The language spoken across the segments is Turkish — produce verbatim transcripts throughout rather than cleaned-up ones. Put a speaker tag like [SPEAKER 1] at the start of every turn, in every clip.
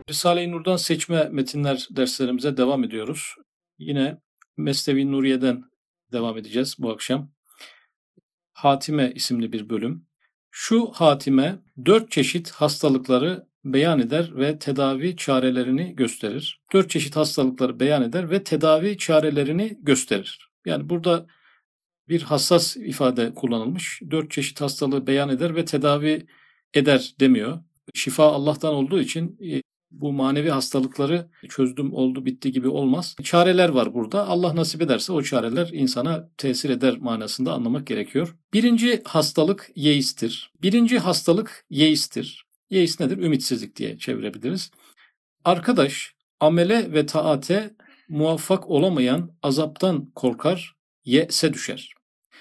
[SPEAKER 1] Risale-i Nur'dan seçme metinler derslerimize devam ediyoruz. Yine Mesnevi Nuriye'den devam edeceğiz bu akşam. Hatime isimli bir bölüm. Şu hatime dört çeşit hastalıkları beyan eder ve tedavi çarelerini gösterir. Dört çeşit hastalıkları beyan eder ve tedavi çarelerini gösterir. Yani burada bir hassas ifade kullanılmış. Dört çeşit hastalığı beyan eder ve tedavi eder demiyor. Şifa Allah'tan olduğu için e, bu manevi hastalıkları çözdüm oldu bitti gibi olmaz. Çareler var burada. Allah nasip ederse o çareler insana tesir eder manasında anlamak gerekiyor. Birinci hastalık yeistir. Birinci hastalık yeistir. Yeis nedir? Ümitsizlik diye çevirebiliriz. Arkadaş amele ve taate muvaffak olamayan azaptan korkar, ye'se düşer.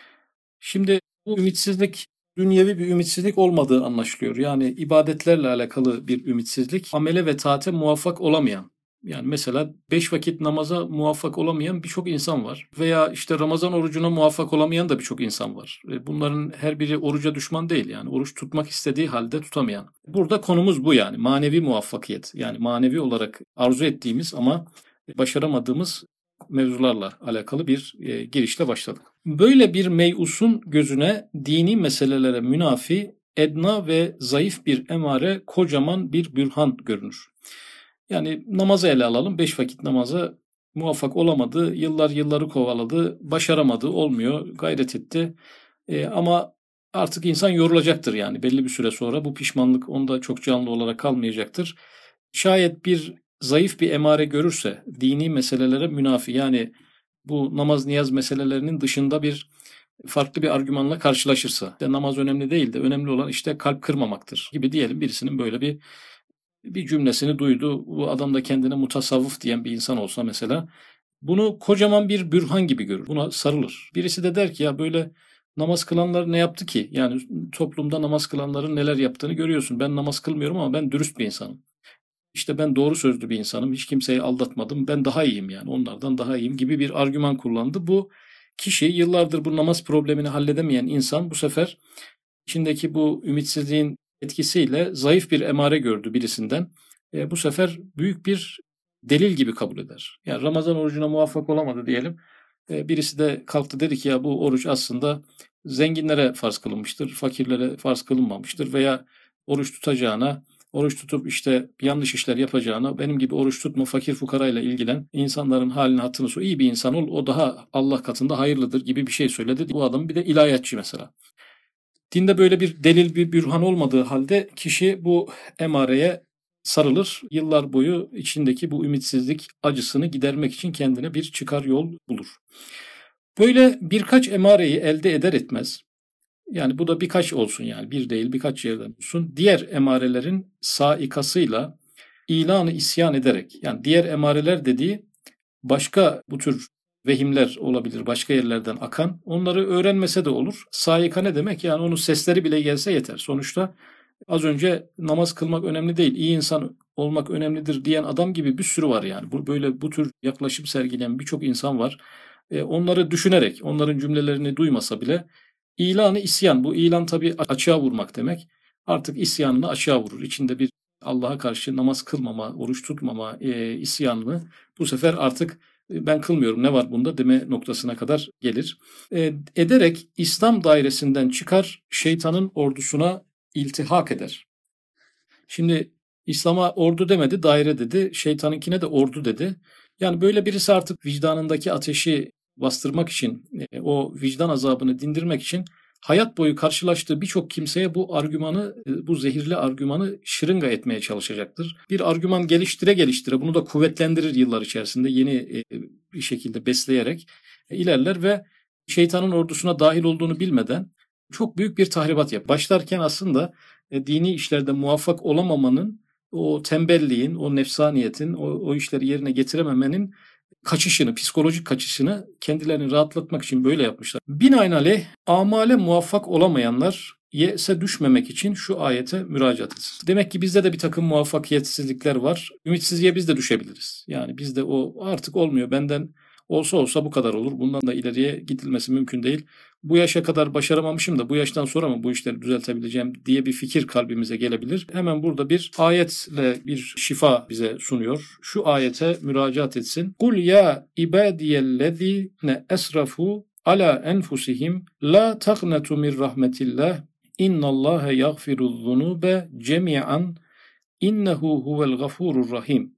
[SPEAKER 1] Şimdi bu ümitsizlik dünyevi bir ümitsizlik olmadığı anlaşılıyor. Yani ibadetlerle alakalı bir ümitsizlik, amele ve taate muvaffak olamayan. Yani mesela beş vakit namaza muvaffak olamayan birçok insan var. Veya işte Ramazan orucuna muvaffak olamayan da birçok insan var. Bunların her biri oruca düşman değil yani. Oruç tutmak istediği halde tutamayan. Burada konumuz bu yani. Manevi muvaffakiyet. Yani manevi olarak arzu ettiğimiz ama başaramadığımız mevzularla alakalı bir e, girişle başladık. Böyle bir meyusun gözüne dini meselelere münafi, edna ve zayıf bir emare, kocaman bir bürhan görünür. Yani namazı ele alalım. Beş vakit namaza muvaffak olamadı. Yıllar yılları kovaladı. Başaramadı. Olmuyor. Gayret etti. E, ama artık insan yorulacaktır yani. Belli bir süre sonra bu pişmanlık onda çok canlı olarak kalmayacaktır. Şayet bir zayıf bir emare görürse, dini meselelere münafi yani bu namaz niyaz meselelerinin dışında bir farklı bir argümanla karşılaşırsa, de namaz önemli değil de önemli olan işte kalp kırmamaktır gibi diyelim birisinin böyle bir bir cümlesini duydu. Bu adam da kendine mutasavvıf diyen bir insan olsa mesela bunu kocaman bir bürhan gibi görür. Buna sarılır. Birisi de der ki ya böyle namaz kılanlar ne yaptı ki? Yani toplumda namaz kılanların neler yaptığını görüyorsun. Ben namaz kılmıyorum ama ben dürüst bir insanım. İşte ben doğru sözlü bir insanım. Hiç kimseyi aldatmadım. Ben daha iyiyim yani. Onlardan daha iyiyim gibi bir argüman kullandı. Bu kişi yıllardır bu namaz problemini halledemeyen insan bu sefer içindeki bu ümitsizliğin etkisiyle zayıf bir emare gördü birisinden. E, bu sefer büyük bir delil gibi kabul eder. Yani Ramazan orucuna muvaffak olamadı diyelim. E, birisi de kalktı dedi ki ya bu oruç aslında zenginlere farz kılınmıştır, fakirlere farz kılınmamıştır veya oruç tutacağına, oruç tutup işte yanlış işler yapacağına benim gibi oruç tutma, fakir fukarayla ilgilen, insanların halini hatırını sor, iyi bir insan ol, o daha Allah katında hayırlıdır gibi bir şey söyledi. Bu adam bir de ilahiyatçı mesela. Dinde böyle bir delil, bir bürhan olmadığı halde kişi bu emareye sarılır. Yıllar boyu içindeki bu ümitsizlik acısını gidermek için kendine bir çıkar yol bulur. Böyle birkaç emareyi elde eder etmez, yani bu da birkaç olsun yani bir değil birkaç yerden olsun, diğer emarelerin saikasıyla ilanı isyan ederek, yani diğer emareler dediği başka bu tür vehimler olabilir, başka yerlerden akan, onları öğrenmese de olur. Saika ne demek? Yani onun sesleri bile gelse yeter. Sonuçta az önce namaz kılmak önemli değil, iyi insan olmak önemlidir diyen adam gibi bir sürü var yani. Bu böyle bu tür yaklaşım sergileyen birçok insan var. E, onları düşünerek, onların cümlelerini duymasa bile ilanı isyan. Bu ilan tabii açığa vurmak demek. Artık isyanını açığa vurur. İçinde bir Allah'a karşı namaz kılmama, oruç tutmama e, isyanını bu sefer artık ben kılmıyorum ne var bunda deme noktasına kadar gelir. E, ederek İslam dairesinden çıkar, şeytanın ordusuna iltihak eder. Şimdi İslam'a ordu demedi, daire dedi. Şeytanınkine de ordu dedi. Yani böyle birisi artık vicdanındaki ateşi bastırmak için, e, o vicdan azabını dindirmek için hayat boyu karşılaştığı birçok kimseye bu argümanı, e, bu zehirli argümanı şırınga etmeye çalışacaktır. Bir argüman geliştire geliştire bunu da kuvvetlendirir yıllar içerisinde yeni e, bir şekilde besleyerek e, ilerler ve şeytanın ordusuna dahil olduğunu bilmeden çok büyük bir tahribat yapar. Başlarken aslında e, dini işlerde muvaffak olamamanın, o tembelliğin, o nefsaniyetin, o, o işleri yerine getirememenin kaçışını, psikolojik kaçışını kendilerini rahatlatmak için böyle yapmışlar. Binaenaleyh amale muvaffak olamayanlar yese düşmemek için şu ayete müracaat etsin. Demek ki bizde de bir takım muvaffakiyetsizlikler var. Ümitsizliğe biz de düşebiliriz. Yani bizde o artık olmuyor, benden olsa olsa bu kadar olur, bundan da ileriye gidilmesi mümkün değil. bu yaşa kadar başaramamışım da bu yaştan sonra mı bu işleri düzeltebileceğim diye bir fikir kalbimize gelebilir. Hemen burada bir ayetle bir şifa bize sunuyor. Şu ayete müracaat etsin. Kul ya ibadiyellezine esrafu ala enfusihim la taqnatu min rahmetillah innallâhe yagfiruz zunube cemi'an innehu huvel gafurur rahim.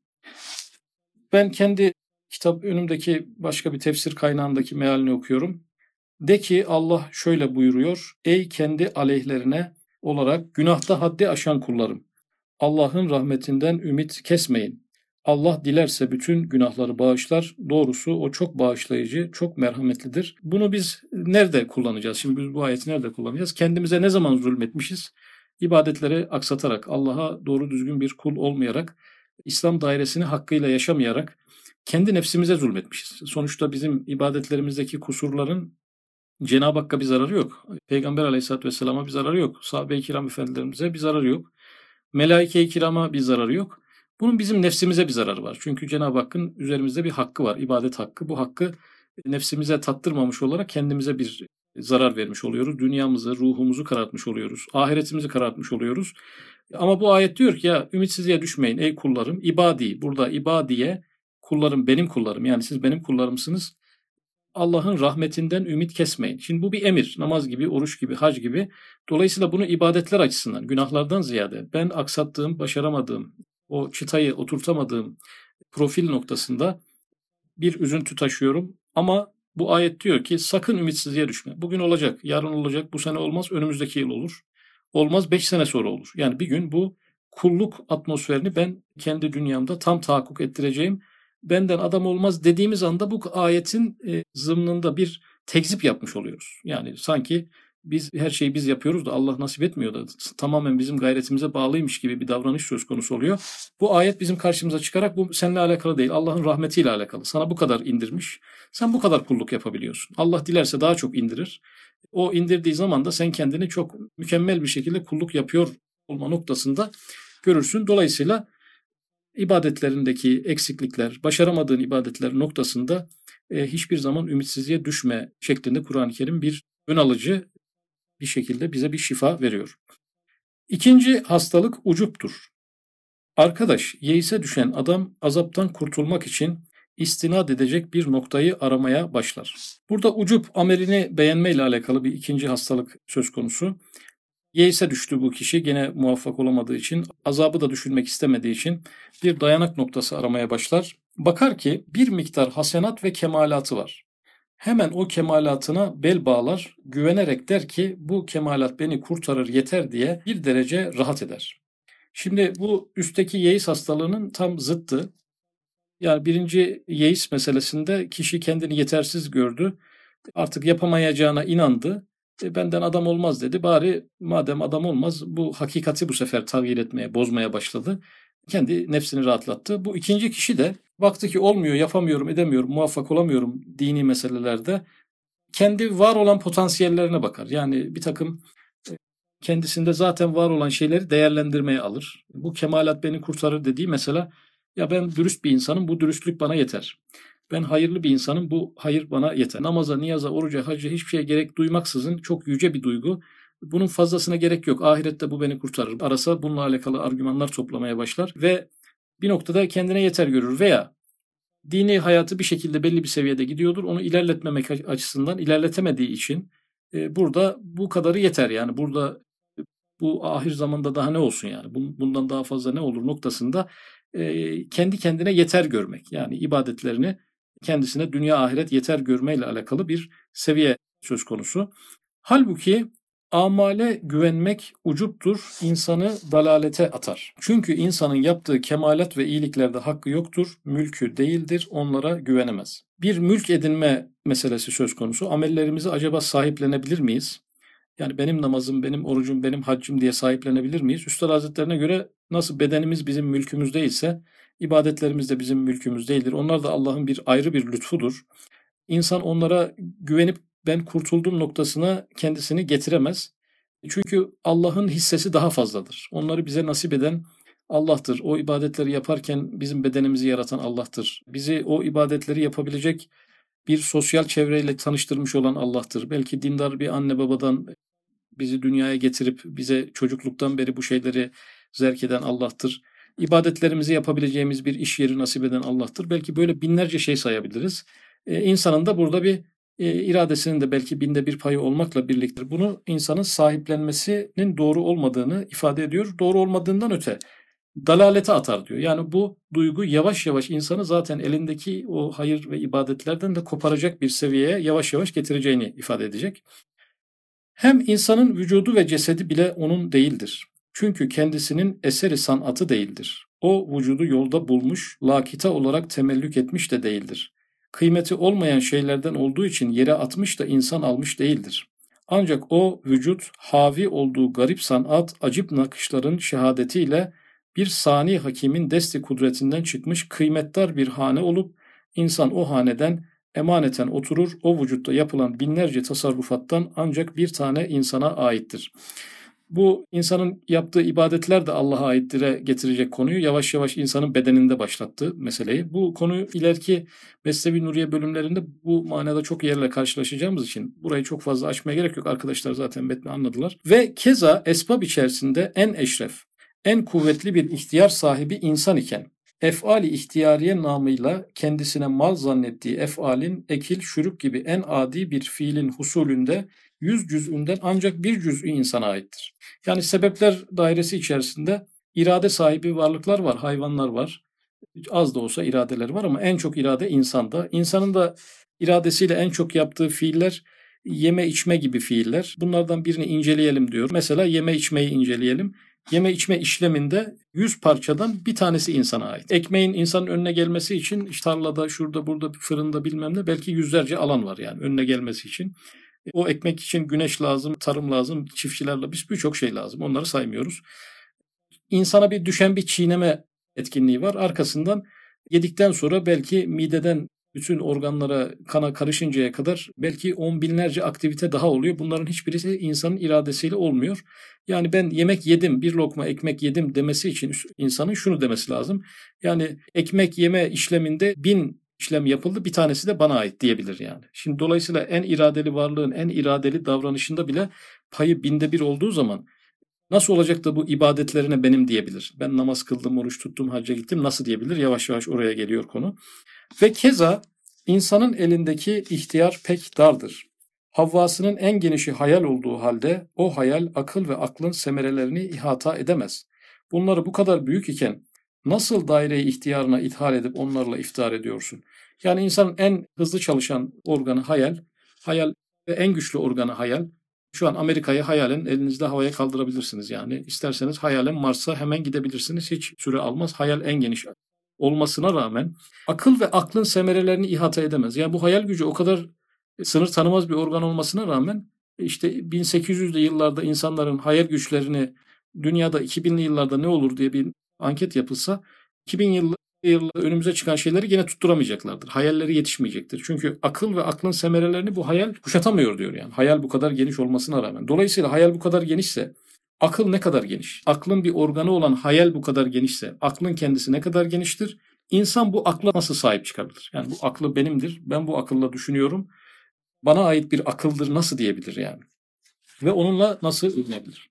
[SPEAKER 1] Ben kendi kitap önümdeki başka bir tefsir kaynağındaki mealini okuyorum. De ki Allah şöyle buyuruyor. Ey kendi aleyhlerine olarak günahta haddi aşan kullarım. Allah'ın rahmetinden ümit kesmeyin. Allah dilerse bütün günahları bağışlar. Doğrusu o çok bağışlayıcı, çok merhametlidir. Bunu biz nerede kullanacağız? Şimdi biz bu ayeti nerede kullanacağız? Kendimize ne zaman zulmetmişiz? İbadetleri aksatarak, Allah'a doğru düzgün bir kul olmayarak, İslam dairesini hakkıyla yaşamayarak kendi nefsimize zulmetmişiz. Sonuçta bizim ibadetlerimizdeki kusurların Cenab-ı Hakk'a bir zararı yok. Peygamber Aleyhisselatü Vesselam'a bir zararı yok. Sahabe-i kiram efendilerimize bir zararı yok. Melaike-i kirama bir zararı yok. Bunun bizim nefsimize bir zararı var. Çünkü Cenab-ı Hakk'ın üzerimizde bir hakkı var. İbadet hakkı. Bu hakkı nefsimize tattırmamış olarak kendimize bir zarar vermiş oluyoruz. Dünyamızı, ruhumuzu karartmış oluyoruz. Ahiretimizi karartmış oluyoruz. Ama bu ayet diyor ki ya ümitsizliğe düşmeyin ey kullarım. İbadi. Burada ibadiye kullarım benim kullarım. Yani siz benim kullarımsınız. Allah'ın rahmetinden ümit kesmeyin. Şimdi bu bir emir. Namaz gibi, oruç gibi, hac gibi. Dolayısıyla bunu ibadetler açısından, günahlardan ziyade ben aksattığım, başaramadığım, o çıtayı oturtamadığım profil noktasında bir üzüntü taşıyorum. Ama bu ayet diyor ki sakın ümitsizliğe düşme. Bugün olacak, yarın olacak, bu sene olmaz, önümüzdeki yıl olur. Olmaz, beş sene sonra olur. Yani bir gün bu kulluk atmosferini ben kendi dünyamda tam tahakkuk ettireceğim. Benden adam olmaz dediğimiz anda bu ayetin e, zımnında bir tekzip yapmış oluyoruz. Yani sanki biz her şeyi biz yapıyoruz da Allah nasip etmiyor da tamamen bizim gayretimize bağlıymış gibi bir davranış söz konusu oluyor. Bu ayet bizim karşımıza çıkarak bu seninle alakalı değil. Allah'ın rahmetiyle alakalı. Sana bu kadar indirmiş. Sen bu kadar kulluk yapabiliyorsun. Allah dilerse daha çok indirir. O indirdiği zaman da sen kendini çok mükemmel bir şekilde kulluk yapıyor olma noktasında görürsün. Dolayısıyla ibadetlerindeki eksiklikler, başaramadığın ibadetler noktasında e, hiçbir zaman ümitsizliğe düşme şeklinde Kur'an-ı Kerim bir ön alıcı bir şekilde bize bir şifa veriyor. İkinci hastalık ucuptur. Arkadaş, yeise düşen adam azaptan kurtulmak için istinad edecek bir noktayı aramaya başlar. Burada ucup amelini beğenmeyle alakalı bir ikinci hastalık söz konusu. Yeise düştü bu kişi gene muvaffak olamadığı için, azabı da düşünmek istemediği için bir dayanak noktası aramaya başlar. Bakar ki bir miktar hasenat ve kemalatı var. Hemen o kemalatına bel bağlar, güvenerek der ki bu kemalat beni kurtarır yeter diye bir derece rahat eder. Şimdi bu üstteki yeis hastalığının tam zıttı. Yani birinci yeis meselesinde kişi kendini yetersiz gördü. Artık yapamayacağına inandı. E, benden adam olmaz dedi. Bari madem adam olmaz bu hakikati bu sefer tağyir etmeye, bozmaya başladı. Kendi nefsini rahatlattı. Bu ikinci kişi de baktı ki olmuyor, yapamıyorum, edemiyorum, muvaffak olamıyorum dini meselelerde. Kendi var olan potansiyellerine bakar. Yani bir takım kendisinde zaten var olan şeyleri değerlendirmeye alır. Bu kemalat beni kurtarır dediği mesela ya ben dürüst bir insanım, bu dürüstlük bana yeter. Ben hayırlı bir insanım, bu hayır bana yeter. Namaza, niyaza, oruca, hacca hiçbir şeye gerek duymaksızın çok yüce bir duygu. Bunun fazlasına gerek yok. Ahirette bu beni kurtarır. Arasa bununla alakalı argümanlar toplamaya başlar ve bir noktada kendine yeter görür veya dini hayatı bir şekilde belli bir seviyede gidiyordur. Onu ilerletmemek açısından ilerletemediği için e, burada bu kadarı yeter. Yani burada bu ahir zamanda daha ne olsun yani bundan daha fazla ne olur noktasında e, kendi kendine yeter görmek. Yani ibadetlerini kendisine dünya ahiret yeter görmeyle alakalı bir seviye söz konusu. Halbuki amale güvenmek ucuptur, insanı dalalete atar. Çünkü insanın yaptığı kemalat ve iyiliklerde hakkı yoktur, mülkü değildir, onlara güvenemez. Bir mülk edinme meselesi söz konusu. Amellerimizi acaba sahiplenebilir miyiz? Yani benim namazım, benim orucum, benim haccım diye sahiplenebilir miyiz? Üstad Hazretlerine göre nasıl bedenimiz bizim mülkümüz değilse, ibadetlerimiz de bizim mülkümüz değildir. Onlar da Allah'ın bir ayrı bir lütfudur. İnsan onlara güvenip ben kurtuldum noktasına kendisini getiremez. Çünkü Allah'ın hissesi daha fazladır. Onları bize nasip eden Allah'tır. O ibadetleri yaparken bizim bedenimizi yaratan Allah'tır. Bizi o ibadetleri yapabilecek bir sosyal çevreyle tanıştırmış olan Allah'tır. Belki dindar bir anne babadan bizi dünyaya getirip bize çocukluktan beri bu şeyleri zerk eden Allah'tır. İbadetlerimizi yapabileceğimiz bir iş yeri nasip eden Allah'tır. Belki böyle binlerce şey sayabiliriz. Ee, insanın da burada bir e, iradesinin de belki binde bir payı olmakla birlikte bunu insanın sahiplenmesinin doğru olmadığını ifade ediyor. Doğru olmadığından öte dalalete atar diyor. Yani bu duygu yavaş yavaş insanı zaten elindeki o hayır ve ibadetlerden de koparacak bir seviyeye yavaş yavaş getireceğini ifade edecek. Hem insanın vücudu ve cesedi bile onun değildir. Çünkü kendisinin eseri sanatı değildir. O vücudu yolda bulmuş, lakita olarak temellük etmiş de değildir. Kıymeti olmayan şeylerden olduğu için yere atmış da insan almış değildir. Ancak o vücut havi olduğu garip sanat, acip nakışların şehadetiyle bir sani hakimin desti kudretinden çıkmış kıymetdar bir hane olup insan o haneden emaneten oturur, o vücutta yapılan binlerce tasarrufattan ancak bir tane insana aittir. Bu insanın yaptığı ibadetler de Allah'a aittir'e getirecek konuyu yavaş yavaş insanın bedeninde başlattı meseleyi. Bu konu ileriki Mesnevi Nuriye bölümlerinde bu manada çok yerle karşılaşacağımız için burayı çok fazla açmaya gerek yok. Arkadaşlar zaten metni anladılar. Ve keza esbab içerisinde en eşref, en kuvvetli bir ihtiyar sahibi insan iken ef'ali ihtiyariye namıyla kendisine mal zannettiği ef'alin ekil, şürük gibi en adi bir fiilin husulünde yüz cüz'ünden ancak bir cüz'ü insana aittir. Yani sebepler dairesi içerisinde irade sahibi varlıklar var, hayvanlar var. Az da olsa iradeleri var ama en çok irade insanda. İnsanın da iradesiyle en çok yaptığı fiiller yeme içme gibi fiiller. Bunlardan birini inceleyelim diyor. Mesela yeme içmeyi inceleyelim. Yeme içme işleminde yüz parçadan bir tanesi insana ait. Ekmeğin insanın önüne gelmesi için işte tarlada, şurada, burada, fırında bilmem ne belki yüzlerce alan var yani önüne gelmesi için. O ekmek için güneş lazım, tarım lazım, çiftçilerle biz birçok şey lazım. Onları saymıyoruz. İnsana bir düşen bir çiğneme etkinliği var. Arkasından yedikten sonra belki mideden bütün organlara, kana karışıncaya kadar belki on binlerce aktivite daha oluyor. Bunların hiçbirisi insanın iradesiyle olmuyor. Yani ben yemek yedim, bir lokma ekmek yedim demesi için insanın şunu demesi lazım. Yani ekmek yeme işleminde bin işlem yapıldı, bir tanesi de bana ait diyebilir yani. Şimdi dolayısıyla en iradeli varlığın en iradeli davranışında bile payı binde bir olduğu zaman nasıl olacak da bu ibadetlerine benim diyebilir? Ben namaz kıldım, oruç tuttum, hacca gittim nasıl diyebilir? Yavaş yavaş oraya geliyor konu. Ve keza insanın elindeki ihtiyar pek dardır. Havvasının en genişi hayal olduğu halde o hayal akıl ve aklın semerelerini ihata edemez. Bunları bu kadar büyük iken nasıl daire-i ihtiyarına ithal edip onlarla iftar ediyorsun? Yani insanın en hızlı çalışan organı hayal, hayal ve en güçlü organı hayal. Şu an Amerika'yı hayalen elinizde havaya kaldırabilirsiniz yani. İsterseniz hayalen Mars'a hemen gidebilirsiniz. Hiç süre almaz. Hayal en geniş olmasına rağmen akıl ve aklın semerelerini ihata edemez. Yani bu hayal gücü o kadar sınır tanımaz bir organ olmasına rağmen işte bin sekiz yüzlü yıllarda insanların hayal güçlerini dünyada iki binli yıllarda ne olur diye bir anket yapılsa iki bin yıl yılda önümüze çıkan şeyleri gene tutturamayacaklardır. Hayalleri yetişmeyecektir. Çünkü akıl ve aklın semerelerini bu hayal kuşatamıyor diyor yani. Hayal bu kadar geniş olmasına rağmen. Dolayısıyla hayal bu kadar genişse akıl ne kadar geniş? Aklın bir organı olan hayal bu kadar genişse aklın kendisi ne kadar geniştir? İnsan bu akla nasıl sahip çıkabilir? Yani bu aklı benimdir. Ben bu akılla düşünüyorum. Bana ait bir akıldır nasıl diyebilir yani? Ve onunla nasıl övünebilir?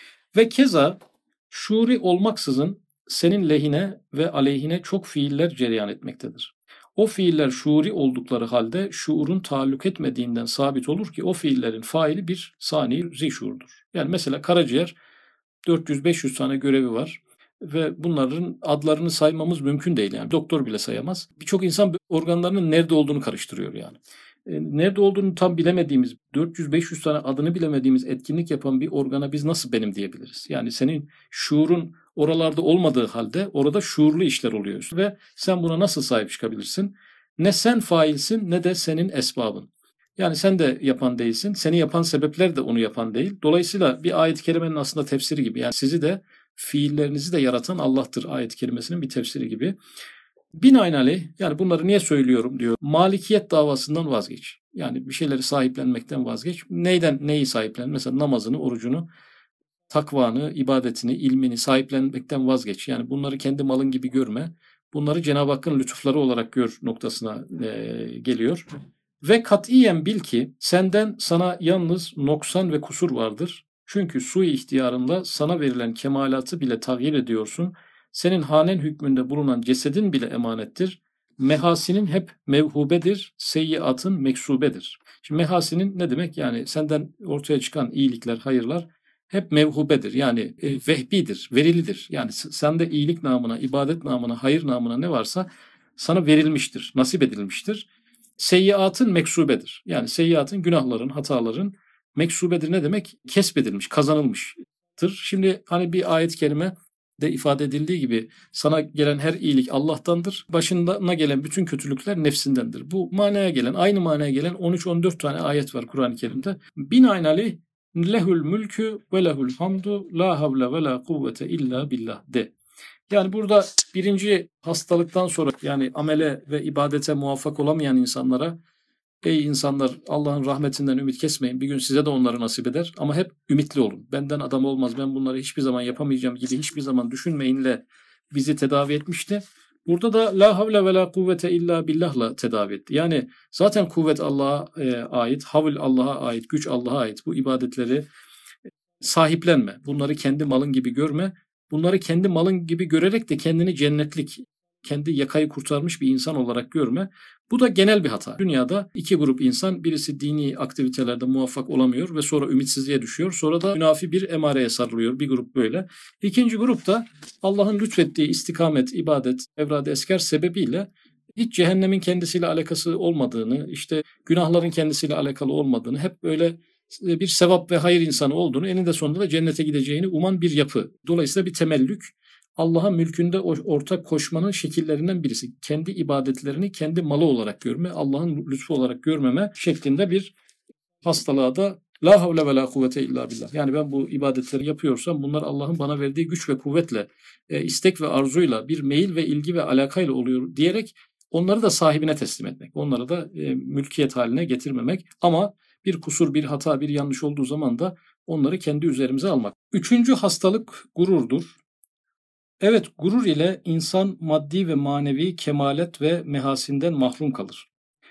[SPEAKER 1] Ve keza şuuri olmaksızın senin lehine ve aleyhine çok fiiller cereyan etmektedir. O fiiller şuuri oldukları halde şuurun taalluk etmediğinden sabit olur ki o fiillerin faili bir sani zişurdur. Yani mesela karaciğer dört yüz beş yüz tane görevi var ve bunların adlarını saymamız mümkün değil yani. Doktor bile sayamaz. Birçok insan organlarının nerede olduğunu karıştırıyor yani. Nerede olduğunu tam bilemediğimiz, dört yüz beş yüz tane adını bilemediğimiz etkinlik yapan bir organa biz nasıl benim diyebiliriz? Yani senin şuurun oralarda olmadığı halde orada şuurlu işler oluyor. Ve sen buna nasıl sahip çıkabilirsin? Ne sen failsin ne de senin esbabın. Yani sen de yapan değilsin. Seni yapan sebepler de onu yapan değil. Dolayısıyla bir ayet-i kerimenin aslında tefsiri gibi. Yani sizi de fiillerinizi de yaratan Allah'tır ayet-i kerimesinin bir tefsiri gibi. Binaenaleyh yani bunları niye söylüyorum diyor. Malikiyet davasından vazgeç. Yani bir şeyleri sahiplenmekten vazgeç. Neyden neyi sahiplen? Mesela namazını, orucunu, takvanı, ibadetini, ilmini sahiplenmekten vazgeç. Yani bunları kendi malın gibi görme. Bunları Cenab-ı Hakk'ın lütufları olarak gör noktasına e, geliyor. Ve katiyen bil ki senden sana yalnız noksan ve kusur vardır. Çünkü sui ihtiyarınla sana verilen kemalatı bile tagyir ediyorsun. Senin hanen hükmünde bulunan cesedin bile emanettir. Mehasinin hep mevhubedir, seyyiatın meksubedir. Şimdi mehasinin ne demek? Yani senden ortaya çıkan iyilikler, hayırlar hep mevhubedir. Yani e, vehbidir, verilidir. Yani sende iyilik namına, ibadet namına, hayır namına ne varsa sana verilmiştir, nasip edilmiştir. Seyyiatın meksubedir. Yani seyyiatın, günahların, hataların meksubedir ne demek? Kesbedilmiş, kazanılmıştır. Şimdi hani bir ayet-i kerime de ifade edildiği gibi sana gelen her iyilik Allah'tandır. Başına gelen bütün kötülükler nefsindendir. Bu manaya gelen, aynı manaya gelen on üç on dört tane ayet var Kur'an-ı Kerim'de. Binaenaleyh lehul mülkü ve lehul hamdu la havle ve la kuvvete illa billah de. Yani burada birinci hastalıktan sonra yani amele ve ibadete muvaffak olamayan insanlara ey insanlar Allah'ın rahmetinden ümit kesmeyin. Bir gün size de onları nasip eder ama hep ümitli olun. Benden adam olmaz, ben bunları hiçbir zaman yapamayacağım gibi hiçbir zaman düşünmeyinle bizi tedavi etmişti. Burada da la havle ve la kuvvete illa billahla tedavi etti. Yani zaten kuvvet Allah'a e, ait, havl Allah'a ait, güç Allah'a ait. Bu ibadetleri sahiplenme. Bunları kendi malın gibi görme. Bunları kendi malın gibi görerek de kendini cennetlik, kendi yakayı kurtarmış bir insan olarak görme. Bu da genel bir hata. Dünyada iki grup insan, birisi dini aktivitelerde muvaffak olamıyor ve sonra ümitsizliğe düşüyor. Sonra da münafi bir emareye sarılıyor. Bir grup böyle. İkinci grup da Allah'ın lütfettiği istikamet, ibadet, evrad-ı esker sebebiyle hiç cehennemin kendisiyle alakası olmadığını, işte günahların kendisiyle alakalı olmadığını, hep böyle bir sevap ve hayır insanı olduğunu, eninde sonunda da cennete gideceğini uman bir yapı. Dolayısıyla bir temellük. Allah'a mülkünde ortak koşmanın şekillerinden birisi. Kendi ibadetlerini kendi malı olarak görme, Allah'ın lütfu olarak görmeme şeklinde bir hastalığa da la havle ve la kuvvete illa billah. Yani ben bu ibadetleri yapıyorsam bunlar Allah'ın bana verdiği güç ve kuvvetle, e, istek ve arzuyla, bir meyil ve ilgi ve alakayla oluyor diyerek onları da sahibine teslim etmek. Onları da e, mülkiyet haline getirmemek. Ama bir kusur, bir hata, bir yanlış olduğu zaman da onları kendi üzerimize almak. Üçüncü hastalık gururdur. Evet, gurur ile insan maddi ve manevi kemalet ve mehasinden mahrum kalır.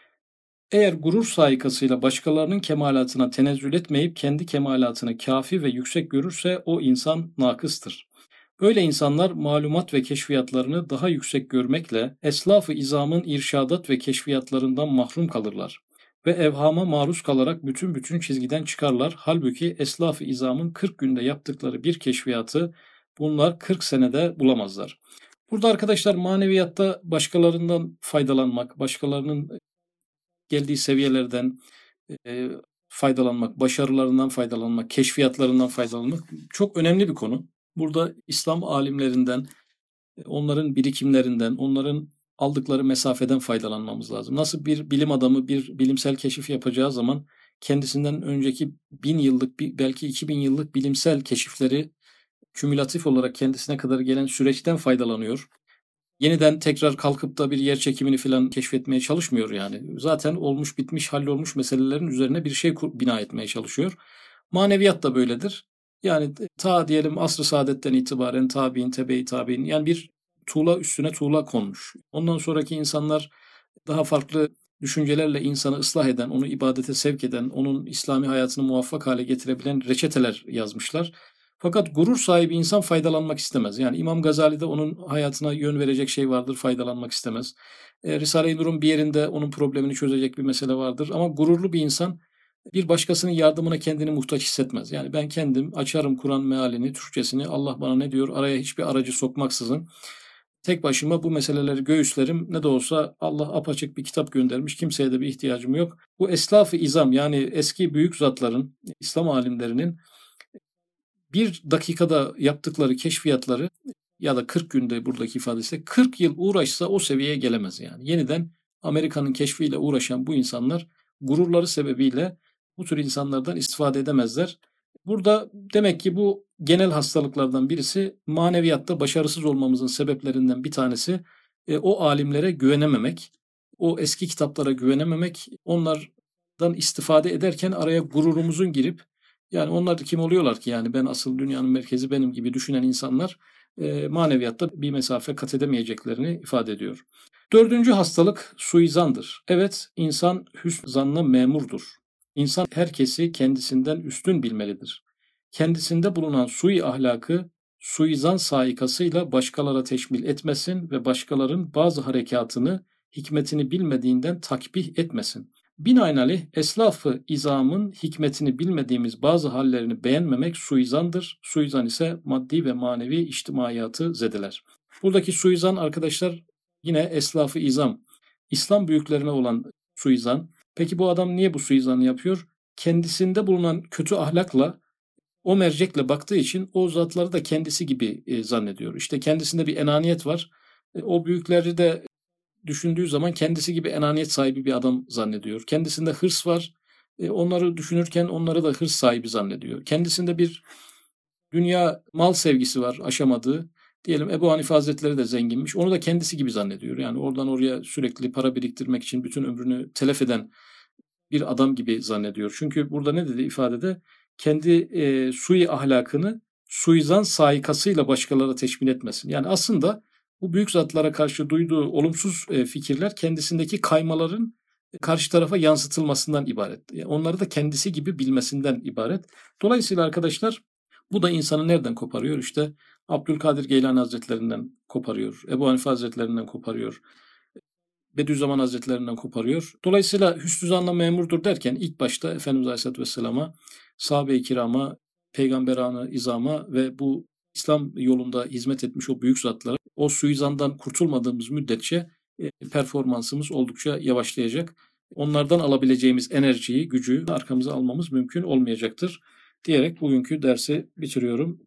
[SPEAKER 1] Eğer gurur saikasıyla başkalarının kemalatına tenezzül etmeyip kendi kemalatını kafi ve yüksek görürse o insan nakıstır. Böyle insanlar malumat ve keşfiyatlarını daha yüksek görmekle eslaf-ı izamın irşadat ve keşfiyatlarından mahrum kalırlar ve evhama maruz kalarak bütün bütün çizgiden çıkarlar. Halbuki eslaf-ı izamın kırk günde yaptıkları bir keşfiyatı bunlar kırk senede bulamazlar. Burada arkadaşlar maneviyatta başkalarından faydalanmak, başkalarının geldiği seviyelerden e, faydalanmak, başarılarından faydalanmak, keşfiyatlarından faydalanmak çok önemli bir konu. Burada İslam alimlerinden, onların birikimlerinden, onların aldıkları mesafeden faydalanmamız lazım. Nasıl bir bilim adamı bir bilimsel keşif yapacağı zaman kendisinden önceki bin yıllık, belki iki bin yıllık bilimsel keşifleri kümülatif olarak kendisine kadar gelen süreçten faydalanıyor. Yeniden tekrar kalkıp da bir yer çekimini falan keşfetmeye çalışmıyor yani. Zaten olmuş bitmiş hallolmuş meselelerin üzerine bir şey bina etmeye çalışıyor. Maneviyat da böyledir. Yani ta diyelim asr-ı saadetten itibaren tabi'in, tebe-i tabi'in yani bir tuğla üstüne tuğla konmuş. Ondan sonraki insanlar daha farklı düşüncelerle insanı ıslah eden, onu ibadete sevk eden, onun İslami hayatını muvaffak hale getirebilen reçeteler yazmışlar. Fakat gurur sahibi insan faydalanmak istemez. Yani İmam Gazali'de onun hayatına yön verecek şey vardır, faydalanmak istemez. E, Risale-i Nur'un bir yerinde onun problemini çözecek bir mesele vardır. Ama gururlu bir insan bir başkasının yardımına kendini muhtaç hissetmez. Yani ben kendim açarım Kur'an mealini, Türkçesini, Allah bana ne diyor, araya hiçbir aracı sokmaksızın tek başıma bu meseleleri göğüslerim. Ne de olsa Allah apaçık bir kitap göndermiş, kimseye de bir ihtiyacım yok. Bu eslaf-ı izam yani eski büyük zatların, İslam alimlerinin bir dakikada yaptıkları keşfiyatları ya da kırk günde buradaki ifadesi kırk yıl uğraşsa o seviyeye gelemez yani. Yeniden Amerika'nın keşfiyle uğraşan bu insanlar gururları sebebiyle bu tür insanlardan istifade edemezler. Burada demek ki bu genel hastalıklardan birisi maneviyatta başarısız olmamızın sebeplerinden bir tanesi e, o alimlere güvenememek, o eski kitaplara güvenememek, onlardan istifade ederken araya gururumuzun girip yani onlar da kim oluyorlar ki yani ben asıl dünyanın merkezi benim gibi düşünen insanlar e, maneviyatta bir mesafe kat edemeyeceklerini ifade ediyor. Dördüncü hastalık suizandır. Evet, insan hüsn zanna memurdur. İnsan herkesi kendisinden üstün bilmelidir. Kendisinde bulunan sui ahlakı suizan saikasıyla başkalara teşmil etmesin ve başkaların bazı harekatını hikmetini bilmediğinden takbih etmesin. Binaenaleyh eslaf-ı izamın hikmetini bilmediğimiz bazı hallerini beğenmemek suizandır. Suizan ise maddi ve manevi içtimaiyatı zedeler. Buradaki suizan arkadaşlar yine eslaf-ı izam, İslam büyüklerine olan suizan. Peki bu adam niye bu suizanı yapıyor? Kendisinde bulunan kötü ahlakla o mercekle baktığı için o zatları da kendisi gibi e, zannediyor. İşte kendisinde bir enaniyet var. E, o büyükleri de düşündüğü zaman kendisi gibi enaniyet sahibi bir adam zannediyor. Kendisinde hırs var. E, onları düşünürken onları da hırs sahibi zannediyor. Kendisinde bir dünya mal sevgisi var aşamadığı. Diyelim Ebu Hanife Hazretleri de zenginmiş. Onu da kendisi gibi zannediyor. Yani oradan oraya sürekli para biriktirmek için bütün ömrünü telef eden bir adam gibi zannediyor. Çünkü burada ne dedi ifadede? Kendi e, sui ahlakını suizan saikasıyla başkalarına teşmil etmesin. Yani aslında bu büyük zatlara karşı duyduğu olumsuz e, fikirler kendisindeki kaymaların karşı tarafa yansıtılmasından ibaret. Yani onları da kendisi gibi bilmesinden ibaret. Dolayısıyla arkadaşlar bu da insanı nereden koparıyor? İşte Abdülkadir Geylani Hazretlerinden koparıyor. Ebu Hanife Hazretlerinden koparıyor. Bediüzzaman Hazretlerinden koparıyor. Dolayısıyla hüsnü zanla memurdur derken ilk başta Efendimiz Aleyhisselatü Vesselam'a, sahabe-i kirama, peygamberanı izama ve bu İslam yolunda hizmet etmiş o büyük zatlara o suizandan kurtulmadığımız müddetçe e, performansımız oldukça yavaşlayacak. Onlardan alabileceğimiz enerjiyi, gücü arkamıza almamız mümkün olmayacaktır diyerek bugünkü dersi bitiriyorum.